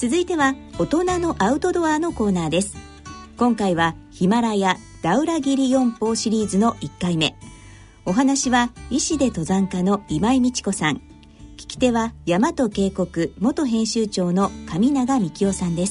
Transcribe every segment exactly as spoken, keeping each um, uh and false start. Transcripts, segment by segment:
続いては大人のアウトドアのコーナーです。今回はヒマラヤダウラギリ四峰シリーズのいっかいめ。お話は医師で登山家の今井美智子さん、聞き手は大和渓谷元編集長の上永幹夫さんです。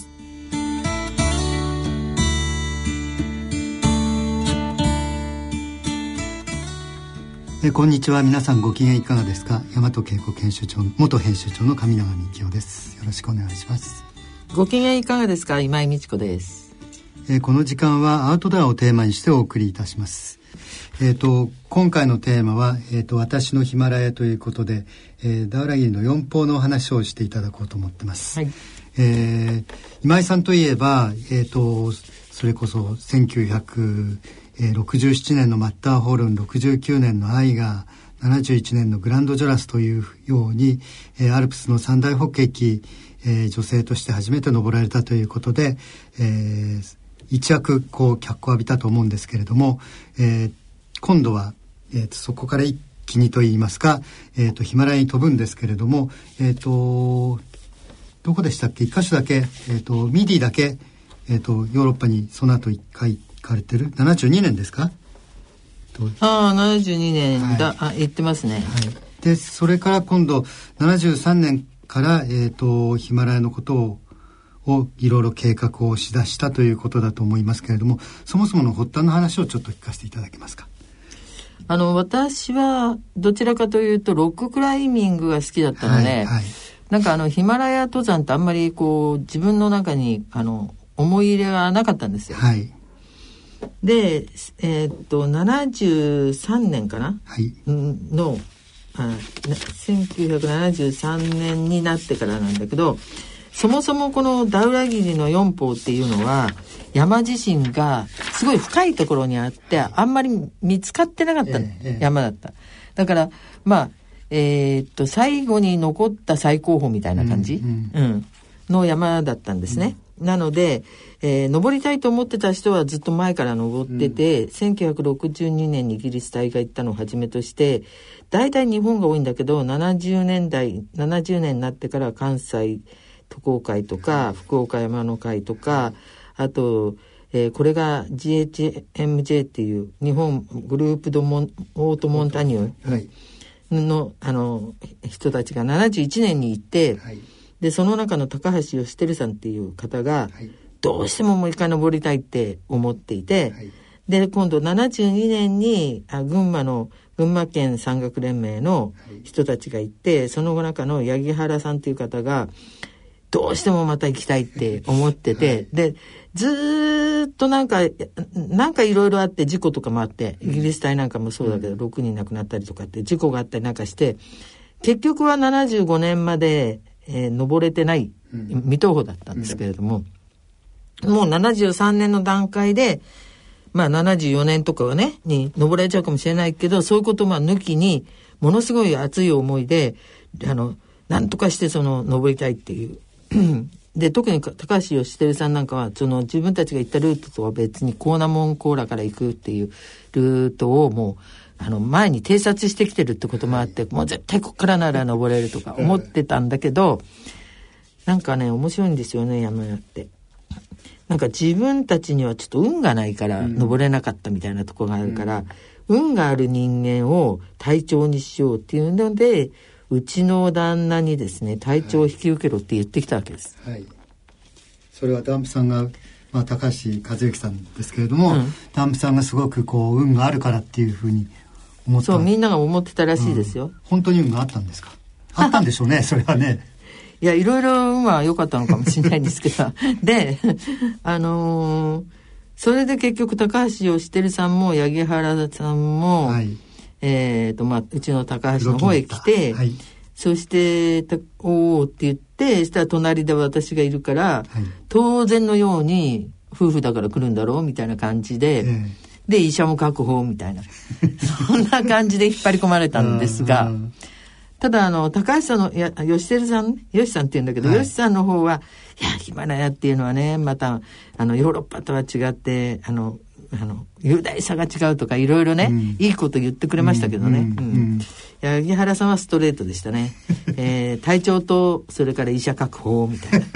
えこんにちは。皆さんご機嫌いかがですか。大和渓谷編集長元編集長の上永幹夫です。よろしくお願いします。 ご機嫌いかがですか。今井美智子です。 えこの時間はアウトドアをテーマにしてお送りいたします。えー、と今回のテーマは、えー、と私のヒマラヤということで、えー、ダウラギリの四峰のお話をしていただこうと思ってます。はい。えー、今井さんといえば、えー、とそれこそせんきゅうひゃくろくじゅうななねんのマッターホルン、ろくじゅうきゅうねんのアイガー、ななじゅういちねんのグランドジョラスというように、えー、アルプスの三大北壁、えー、女性として初めて登られたということで、えー、一躍こう脚光を浴びたと思うんですけれども、えー今度は、えー、とそこから一気にといいますか、えー、とヒマラヤに飛ぶんですけれども、えー、とどこでしたっけ。一箇所だけ、えー、とミディだけ、えー、とヨーロッパにその後一回行かれてる。ななじゅうにねんですか。 ああ、ななじゅうにねんだ、はい、あ、行ってますね。はい、 でそれから今度ななじゅうさんねんから、えー、とヒマラヤのことををいろいろ計画をしだしたということだと思いますけれども、そもそもの発端の話をちょっと聞かせていただけますか。 あの私はどちらかというとロッククライミングが好きだったので、はいはい、なんかあのヒマラヤ登山ってあんまりこう自分の中にあの思い入れがなかったんですよ。はい、で、えー、っとななじゅうさんねんかな、はい、のあせんきゅうひゃくななじゅうさんねんになってからなんだけど、そもそもこのダウラギリの四峰っていうのは山自身がすごい深いところにあってあんまり見つかってなかった山だった。だからまあえー、っと最後に残った最高峰みたいな感じ、うんうんうん、の山だったんですね。うん、なので、えー、登りたいと思ってた人はずっと前から登ってて、うん、せんきゅうひゃくろくじゅうにねんにイギリス隊が行ったのをはじめとして大体日本が多いんだけど、ななじゅうねんだいななじゅうねんになってから関西都高会とか福岡山の会とか、あと、えー、これが ジーエイチエムジェー っていう日本グループドモンオートモンタニューの、はい、あの人たちがななじゅういちねんに行って、はい、でその中の高橋義輝さんっていう方が、はい、どうしてももう一回登りたいって思っていて、はい、で今度ななじゅうにねんにあ群馬の群馬県山岳連盟の人たちが行って、その中の八木原さんっていう方がどうしてもまた行きたいって思ってて、はい、でずーっとなんかなんかいろいろあって事故とかもあって、イギリス隊なんかもそうだけど、うん、ろくにん亡くなったりとかって事故があったりなんかして、結局はななじゅうごねんまで、えー、登れてない、うん、未踏破だったんですけれども、うん、もうななじゅうさんねんの段階でまあななじゅうよねんとかはねに登られちゃうかもしれないけど、そういうことをまあ抜きにものすごい熱い思いであのなんとかしてその登りたいっていうで特に高橋義輝さんなんかはその自分たちが行ったルートとは別にコーナモンコーラから行くっていうルートをもうあの前に偵察してきてるってこともあって、はい、もう絶対ここからなら登れるとか思ってたんだけど、なんかね面白いんですよね山屋って。なんか自分たちにはちょっと運がないから登れなかったみたいなところがあるから、うん、運がある人間を隊長にしようっていうので、うちの旦那にですね隊長を引き受けろって言ってきたわけです。はいはい、 それはダンプさんが、まあ、高橋和之さんですけれども、うん、ダンプさんがすごくこう運があるからっていうふうに思った。 そうみんなが思ってたらしいですよ。うん、 本当に運があったんですか。あったんでしょうねそれはね。 いやいろいろ運は良かったのかもしれないんですけどであのー、それで結局高橋義輝さんも八木原さんも、はい、えーとまあ、うちの高橋の方へ来て、はい、そしておおって言ってしたら隣で私がいるから、はい、当然のように夫婦だから来るんだろうみたいな感じで、えー、で医者も確保みたいなそんな感じで引っ張り込まれたんですがただあの高橋さんのや吉輝さん吉さんって言うんだけど、はい、吉さんの方はいやヒマラヤっていうのはねまたあのヨーロッパとは違ってあのあの雄大さが違うとかいろいろね、うん、いいこと言ってくれましたけどね、うんうんうん、八木原さんはストレートでしたね、えー、隊長とそれから医者確保みたいな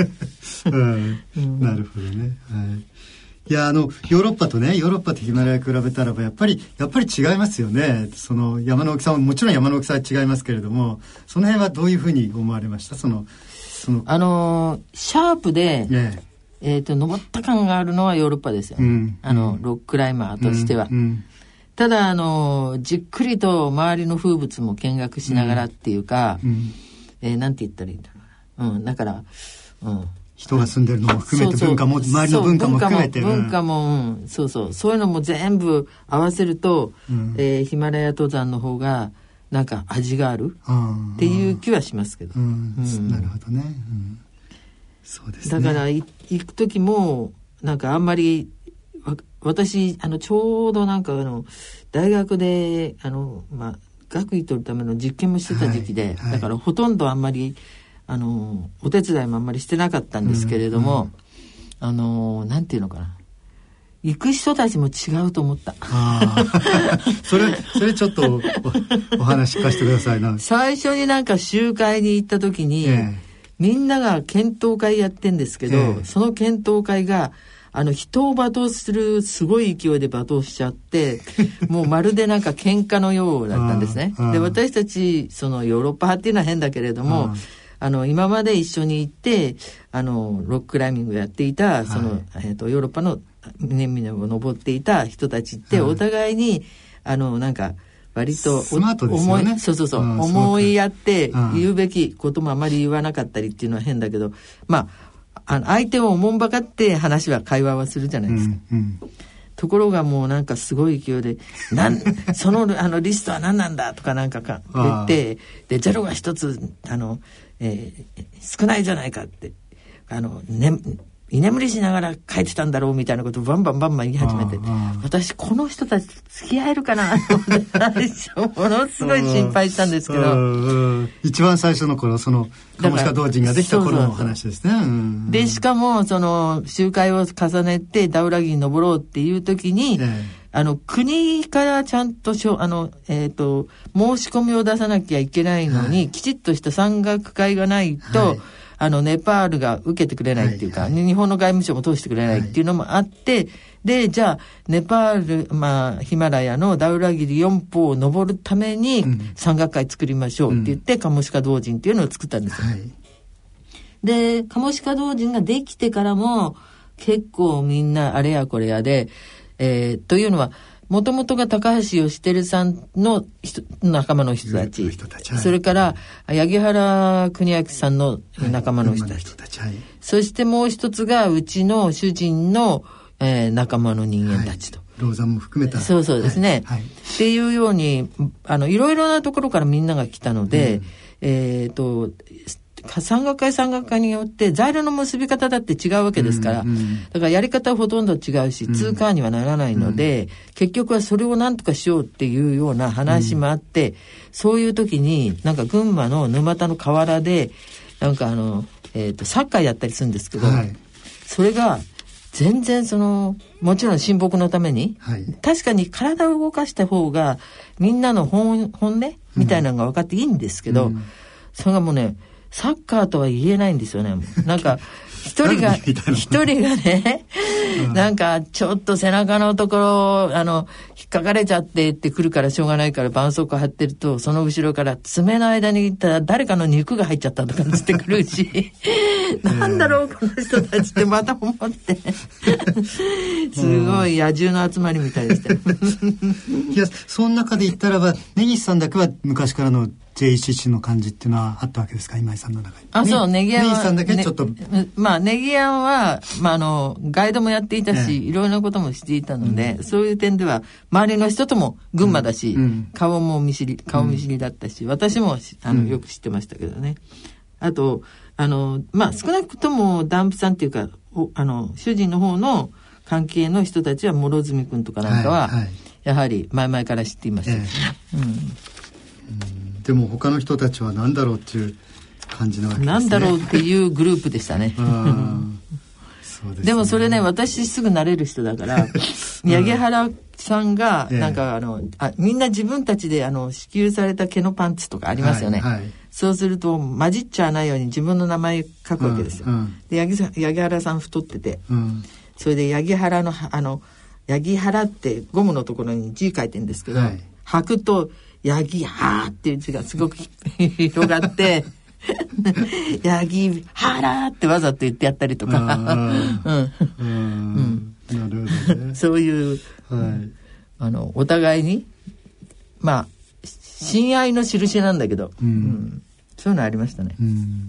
うん、なるほどね。はい。いや、あのヨーロッパとね、ヨーロッパとヒマラヤ比べたらばやっぱりやっぱり違いますよね。その山の大きさももちろん山の大きさは違いますけれども、その辺はどういうふうに思われました？そのそのあのシャープで、ねえー、と登った感があるのはヨーロッパですよね、うん、あのロッククライマーとしては、うんうん、ただあのじっくりと周りの風物も見学しながらっていうか、うん、えー、なんて言ったらいいんだろうな、うん、だから、うん、 人が住んでるのも含めて文化も周りの文化も含めて文化も、うん、そうそうそういうのも全部合わせると、うん、えー、ヒマラヤ登山の方がなんか味があるっていう気はしますけど、 うんうん、なるほどね、うん、そうですね。 だから行く時もなんかあんまり私あのちょうどなんかあの大学であの、まあ、学位取るための実験もしてた時期で、はいはい、だからほとんどあんまりあのお手伝いもあんまりしてなかったんですけれども、うんうん、あのなんていうのかな、行く人たちも違うと思った。 あそれそれちょっと お, お話聞かせてくださいな。 最初になんか集会に行った時に、ええ、みんなが検討会やってんですけど、ええ、その検討会があの人を罵倒するすごい勢いで罵倒しちゃってもうまるでなんか喧嘩のようだったんですね。で私たちそのヨーロッパ派っていうのは変だけれども、あの今まで一緒に行ってあのロッククライミングやっていたその、はい、えー、とヨーロッパの峰々を登っていた人たちってお互いに、はい、あのなんか割とスマートですよね。 そうそうそう、うん、思いやって言うべきこともあまり言わなかったりっていうのは変だけど、まああの相手をおもんばかって話は会話はするじゃないですか、うんうん、ところがもうなんかすごい勢いでなんそのあのリストは何なんだとかなんかか言ってでゼロが一つあの、えー、少ないじゃないかってあの、ね、居眠りしながら書いてたんだろうみたいなことをバンバンバンバン言い始めて、私この人たち付き合えるかなと思って最初ものすごい心配したんですけど、 一番最初の頃そのカモシカ同人ができた頃の話ですね。そうそうそう、うん、 でしかもその集会を重ねてダウラギに登ろうっていう時に、ええ、あの国からちゃんとしょあの、えーと、申し込みを出さなきゃいけないのに、はい、きちっとした山岳会がないと、はい、あのネパールが受けてくれないっていうか、はいはい、日本の外務省も通してくれないっていうのもあって、はい、でじゃあネパール、まあ、ヒマラヤのダウラギリよんぽを登るために山岳会作りましょうって言って、うん、カモシカ同人っていうのを作ったんですよ、はい、でカモシカ同人ができてからも結構みんなあれやこれやで、えー、というのはもともとが高橋義輝さんの仲間の人たち、人たち、はい、それから八木原邦明さんの仲間の人たち、はい、たちはい、そしてもう一つがうちの主人の、えー、仲間の人間たちと、はい、 老山も含めた、 そうそうですね、はいはい、っていうようにあのいろいろなところからみんなが来たので、うん、えーと山岳会山岳会によって材料の結び方だって違うわけですから、うんうん、だからやり方はほとんど違うし、うん、通過にはならないので、うん、結局はそれを何とかしようっていうような話もあって、うん、そういう時になんか群馬の沼田の河原でなんかあの、えーと、サッカーやったりするんですけど、はい、それが全然そのもちろん親睦のために、はい、確かに体を動かした方がみんなの本、本音みたいなのが分かっていいんですけど、うん、それがもうねサッカーとは言えないんですよね。なんか一人が一人がね、うん、なんかちょっと背中のところあの引っかかれちゃってってくるからしょうがないから絆創膏貼ってるとその後ろから爪の間にいったら誰かの肉が入っちゃったとかつってくるしなんだろうこの人たちってまた思ってすごい野獣の集まりみたいでしたいやその中で言ったらば根岸さんだけは昔からのジェイシーシー の感じっていうのはあったわけですか、今井さんの中に。 あ、そう、ネギアンは。 ネギさんだけちょっと。 ね、まあ、ネギアンは、まあ、あの、ガイドもやっていたし、ね、いろいろなこともしていたので、うん、そういう点では、周りの人とも群馬だし、うん、顔も見知り、顔見知りだったし、うん、私も、あの、よく知ってましたけどね。あと、あの、まあ、少なくとも、ダンプさんっていうか、あの、主人の方の関係の人たちは、諸角くんとかなんかは、はいはい、やはり、前々から知っていました、ね。ええ、うんうん、でも他の人たちは何だろうっていう感じなわけですね。 何だろうっていうグループでしたね。 そうですね。 でもそれね、私すぐ慣れる人だから八木原さんがなんかあの、あみんな自分たちであの支給された毛のパンツとかありますよね、はいはい、 そうすると混じっちゃわないように自分の名前書くわけですよ、うんうん、で八木さん、八木原さん太ってて、うん、それで八木原のあの八木原ってゴムのところに字書いてるんですけど、はい、履くと八木原っていう字がすごく広がって八木原ってわざと言ってやったりとかうんうん、なるほどねそういう、はい、あのお互いにまあ親愛の印なんだけど、うんうん、そういうのありましたね、うん、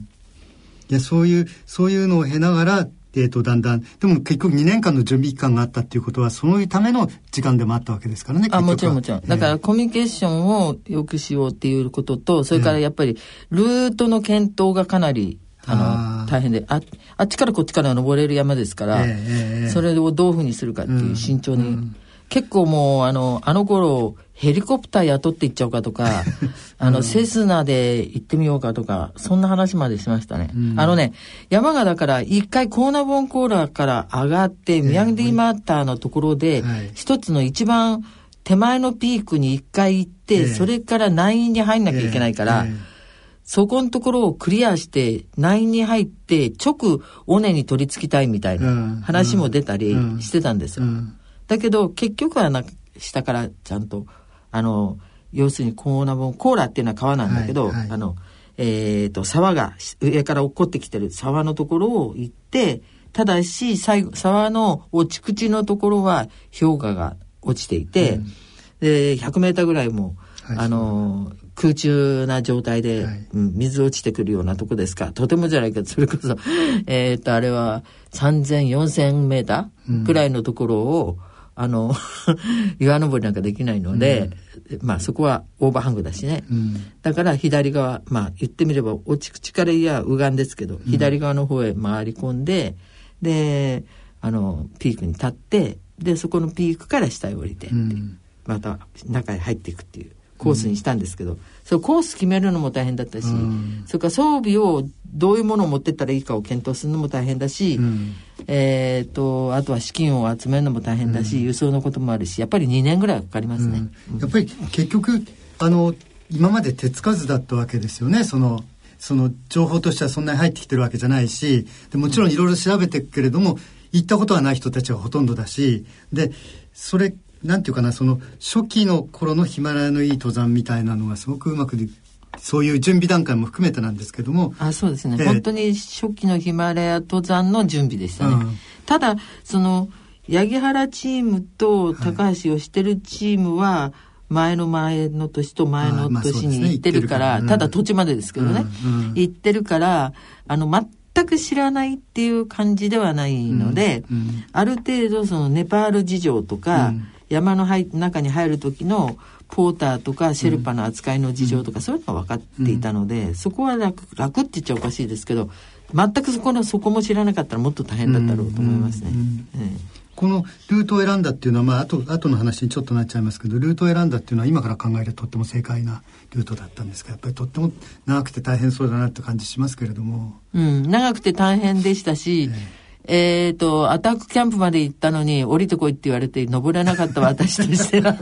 いやそういうそういうのを経ながらえーとだんだんでも結局にねんかんの準備期間があったっていうことはそのための時間でもあったわけですからね。 あもちろんもちろん、だからコミュニケーションを良くしようっていうことと、それからやっぱりルートの検討がかなりあの大変で、ああっちからこっちから登れる山ですから、えー、それをどういうふうにするかっていう慎重に、うんうん、結構もうあのあの頃ヘリコプター雇って行っちゃおうかとかあの、うん、セスナで行ってみようかとかそんな話までしましたね、うん、あのね山がだから一回コーナボンコーラから上がってミヤンディマッターのところで、はい、一つの一番手前のピークに一回行って、えー、それから南院に入んなきゃいけないから、えーえー、そこのところをクリアして南院に入って直尾根に取り付きたいみたいな話も出たりしてたんですよ、うんうん、だけど結局はな下からちゃんとあの要するにコーナボンコーラっていうのは川なんだけど、はいはい、あのえーと沢が上から落っこってきてる沢のところを行って、ただし最後沢の落ち口のところは氷河が落ちていて、うん、でひゃくメーターぐらいも、はい、あの空中な状態で、はいうん、水落ちてくるようなとこですから、とてもじゃないけどそれこそえーとあれはさんぜんよんせんメーターぐらいのところを、うんあの岩登りなんかできないので、うん、まあそこはオーバーハングだしね、うん、だから左側まあ言ってみれば落ち口からいや右岸ですけど、うん、左側の方へ回り込んでであのピークに立ってでそこのピークから下へ降りて、うん、また中へ入っていくっていうコースにしたんですけど、うん、そのコース決めるのも大変だったし、うん、それから装備をどういうものを持ってったらいいかを検討するのも大変だし、うんえー、とあとは資金を集めるのも大変だし、うん、輸送のこともあるしやっぱりにねんぐらいかかりますね、 うん、やっぱり結局あの今まで手つかずだったわけですよね。そのその情報としてはそんなに入ってきてるわけじゃないし、でもちろんいろいろ調べてるけれども、うん、行ったことはない人たちはほとんどだし、でそれなんていうかな、その初期の頃のヒマラヤのいい登山みたいなのがすごくうまくでそういう準備段階も含めてなんですけども、 あそうですね、えー、本当に初期のヒマラヤ登山の準備でしたね、うん、ただその八木原チームと高橋をしてるチームは前の前の年と前の年に行ってるから、まあね、ただ土地までですけどね、うんうん、行ってるからあの全く知らないっていう感じではないので、うんうん、ある程度そのネパール事情とか、うん、山の中に入る時のポーターとかシェルパの扱いの事情とか、うん、そういうのが分かっていたので、うん、そこは 楽, 楽って言っちゃおかしいですけど、全くそこのそこも知らなかったらもっと大変だったろうと思いますね、うんうんうん、 このルートを選んだっていうのは、まあ後後の話にちょっとなっちゃいますけど、ルートを選んだっていうのは今から考えるととっても正解なルートだったんですが、やっぱりとっても長くて大変そうだなって感じしますけれども、 うん、長くて大変でしたし、えーえーと、アタックキャンプまで行ったのに降りてこいって言われて登れなかった私としては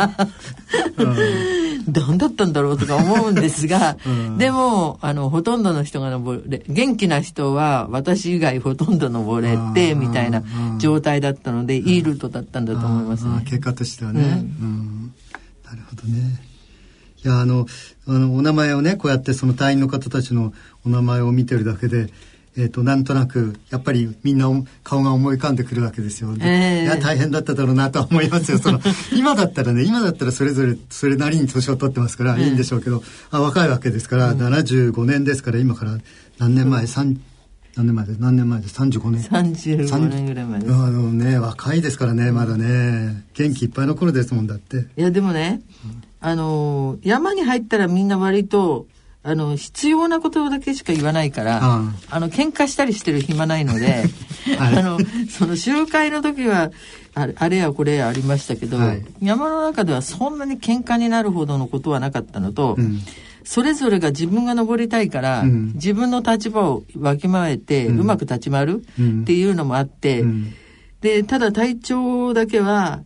何だったんだろうとか思うんですが、うん、でもあのほとんどの人が登れ、元気な人は私以外ほとんど登れてみたいな状態だったので、いいルートだったんだと思いますね。 結果としてはね、うんうん、なるほどね。いやあのあのお名前をね、こうやってその隊員の方たちのお名前を見てるだけで、えー、となんとなくやっぱりみんな顔が思い浮かんでくるわけですよ、えー、いや大変だっただろうなとは思いますよ。その今だったらね今だったらそれぞれそれなりに年を取ってますからいいんでしょうけど、あ若いわけですから、うん、ななじゅうごねんですから、今から何年前、うん、何年前で何年前でさんじゅうごねんさんじゅうごねんぐらい前です。 あの、ね、若いですからね、まだね元気いっぱいの頃ですもん。だっていやでもね、うん、あの山に入ったらみんな割とあの必要なことだけしか言わないから、ああの喧嘩したりしてる暇ないのであのその集会の時はあれ、あれやこれやありましたけど、はい、山の中ではそんなに喧嘩になるほどのことはなかったのと、うん、それぞれが自分が登りたいから、うん、自分の立場をわきまえて、うん、うまく立ち回るっていうのもあって、うん、でただ体調だけは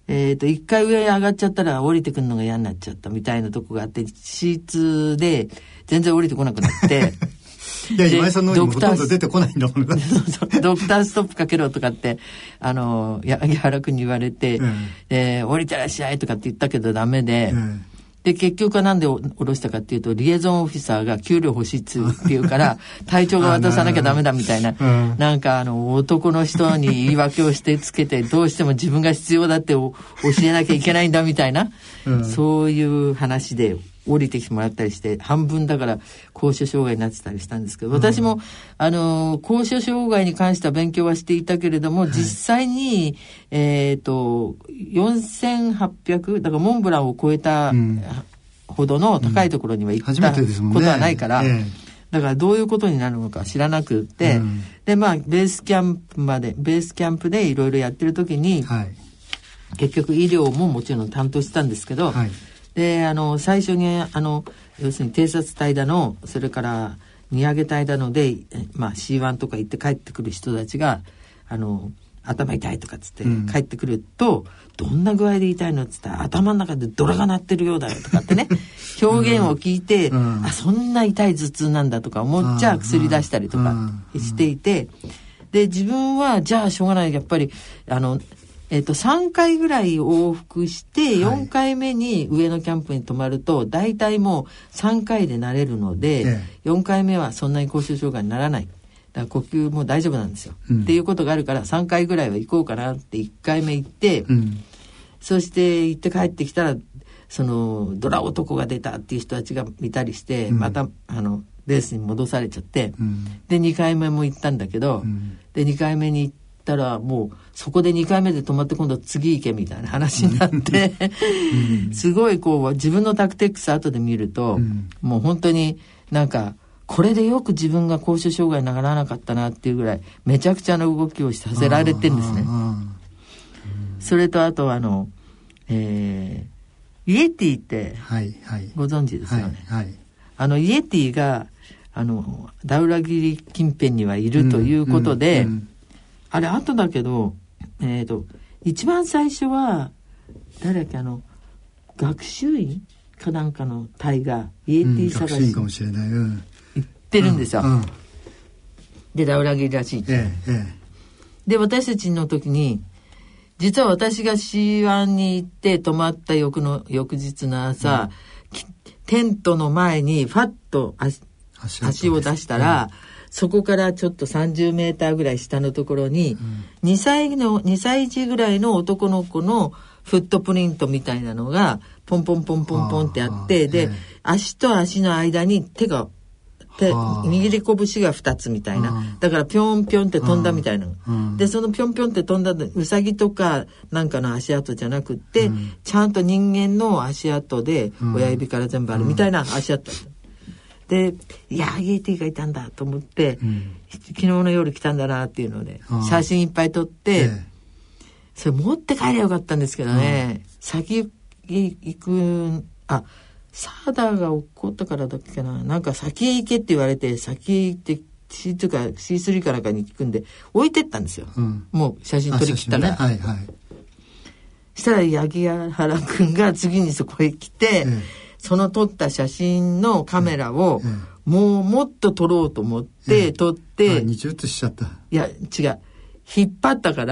えっと、一回上に上がっちゃったら降りてくるのが嫌になっちゃったみたいなとこがあって、シーツで全然降りてこなくなって。 いや、今井さんの方にもほとんど出てこないんだもんね。 ドクターストップかけろとかって、あの、八木原君に言われて、うん、えー、降りてらっしゃいとかって言ったけどダメで、うん、で、結局はなんで降ろしたかっていうと、リエゾンオフィサーが給料欲しいって言うから、隊長が渡さなきゃダメだみたいな、うん、なんかあの、男の人に言い訳をしてつけて、どうしても自分が必要だって教えなきゃいけないんだみたいな、うん、そういう話で、降りてきてもらったりして、半分だから高所障害になってたりしたんですけど、うん、私も、あの、高所障害に関しては勉強はしていたけれども、はい、実際に、えっと、よんせんはっぴゃく、だからモンブランを超えたほどの高いところには行ったことはないから、うんねええ、だからどういうことになるのか知らなくって、うん、で、まあ、ベースキャンプまで、ベースキャンプでいろいろやってる時に、はい、結局医療ももちろん担当したんですけど、はい、で、あの、最初に、あの、要するに偵察隊だの、それから荷上げ隊だので、まあ シーワン とか行って帰ってくる人たちが、あの、頭痛いとかっつって帰ってくると、うん、どんな具合で痛いのっつったら、頭の中でドラが鳴ってるようだよとかってね、表現を聞いて、うん、あ、そんな痛い頭痛なんだとか思っちゃ薬出したりとかしていて、で、自分は、じゃあしょうがない、やっぱり、あの、えっと、さんかいぐらい往復して、よんかいめに上のキャンプに泊まると、大体もうさんかいで慣れるので、ええ、よんかいめはそんなに高所障害にならない。だから呼吸も大丈夫なんですよ。うん、っていうことがあるから、さんかいぐらいは行こうかなっていっかいめ行って、うん、そして行って帰ってきたら、その、ドラ男が出たっていう人たちがいたりして、うん、また、あの、レースに戻されちゃって、うん、で、にかいめも行ったんだけど、うん、で、にかいめに行って、たらもうそこでにかいめで止まって今度次行けみたいな話になって、うん、すごいこう自分のタクテックス後で見ると、うん、もう本当になんかこれでよく自分が高所障害にならなかったなっていうぐらいめちゃくちゃな動きをさせられてるんですね。それとあとあの、えー、イエティってご存知ですよね。はいはいはい、あのイエティがあのダウラギリ近辺にはいるということで、うんうんうん、あれ後だけど、えっと、一番最初は、誰だっけ、あの、学習院かなんかの隊が、イエティ探し、うん、学習院かもしれない。うん、行ってるんですよ。うんうん、で、ダウラギリらしい、ええええ。で、私たちの時に、実は私が シーワン に行って泊まった翌の、翌日の朝、うん、テントの前にファッと 足, 足を出したら、うん、そこからちょっとさんじゅうメーターぐらい下のところに、うん、にさいの、にさい児ぐらいの男の子のフットプリントみたいなのが、ポンポンポンポンポンってあって、で、足と足の間に手が、手、握り拳がふたつみたいな。だからぴょんぴょんって飛んだみたいな。で、そのぴょんぴょんって飛んだウサギとかなんかの足跡じゃなくって、うん、ちゃんと人間の足跡で、親指から全部あるみたいな足跡。で、いや、イエティがいたんだと思って、うん、昨日の夜来たんだなっていうので、写真いっぱい撮って、ええ、それ持って帰ればよかったんですけどね、うん、先行く、あ、サーダーが怒ったからだっけな、なんか先へ行けって言われて、先へ行って シーツー か シースリー かなんかに行くんで、置いてったんですよ。うん、もう写真撮り切ったら。ね、はいはい。したら八木原くんが次にそこへ来て、ええ、その撮った写真のカメラを、ええ、もうもっと撮ろうと思って、ええ、撮って、 二重写しちゃった。 いや、違う。引っ張ったから、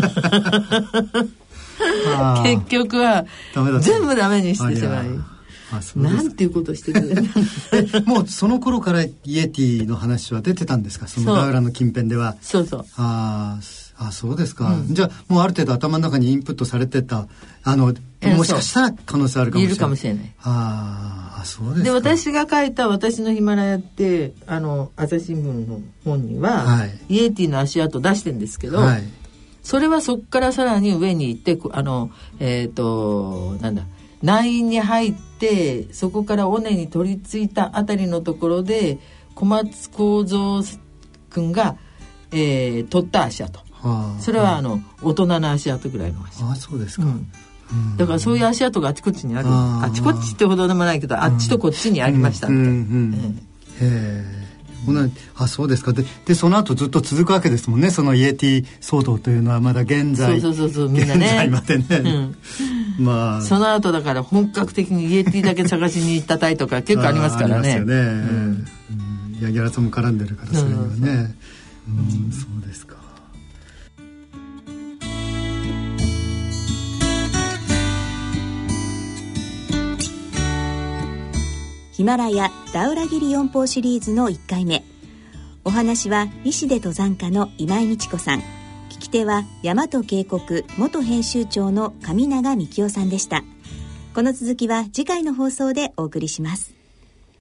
結局は、全部ダメにしてしまい。あ、そうです。なんていうことしてくれるもうその頃からイエティの話は出てたんですか、そのダウラの近辺では。 そうそう。 ああ、そうですか、うん。じゃあもうある程度頭の中にインプットされてた、あの、もしかしたら可能性あるかもしれない。いるかもしれない。 ああ、そうですか。 で、私が書いた私のヒマラヤって、あの、朝日新聞の本には、はい、イエティの足跡出してるんですけど、はい、それはそこからさらに上に行って、あの、えっと、なんだ、内院に入ってそこから尾根に取り付いたあたりのところで小松幸三君が、えー、取った足跡、はあ、それはあの大人の足跡ぐらいの足跡。 ああ、そうですか、うんうん、 だからそういう足跡があちこちにある。 あ, あちこちってほどでもないけど、あっちとこっちにありましたって、うんうんうん、 へえ、 あ、そうですか。で、でその後ずっと続くわけですもんね、そのイエティ騒動というのはまだ現在、 そうそうそうそうみんなね、 現在までね、うん、まあその後だから本格的にイエティだけ探しに行った隊とか結構ありますからね。 ありますよね、うんうん、ヤギラさんも絡んでるからそれにはね、うん、そうですか。 ヒマラヤダウラギリ四峰シリーズのいっかいめ、お話は医師で登山家の今井美智子さん、聞き手は大和渓谷元編集長の上永幹夫さんでした。この続きは次回の放送でお送りします。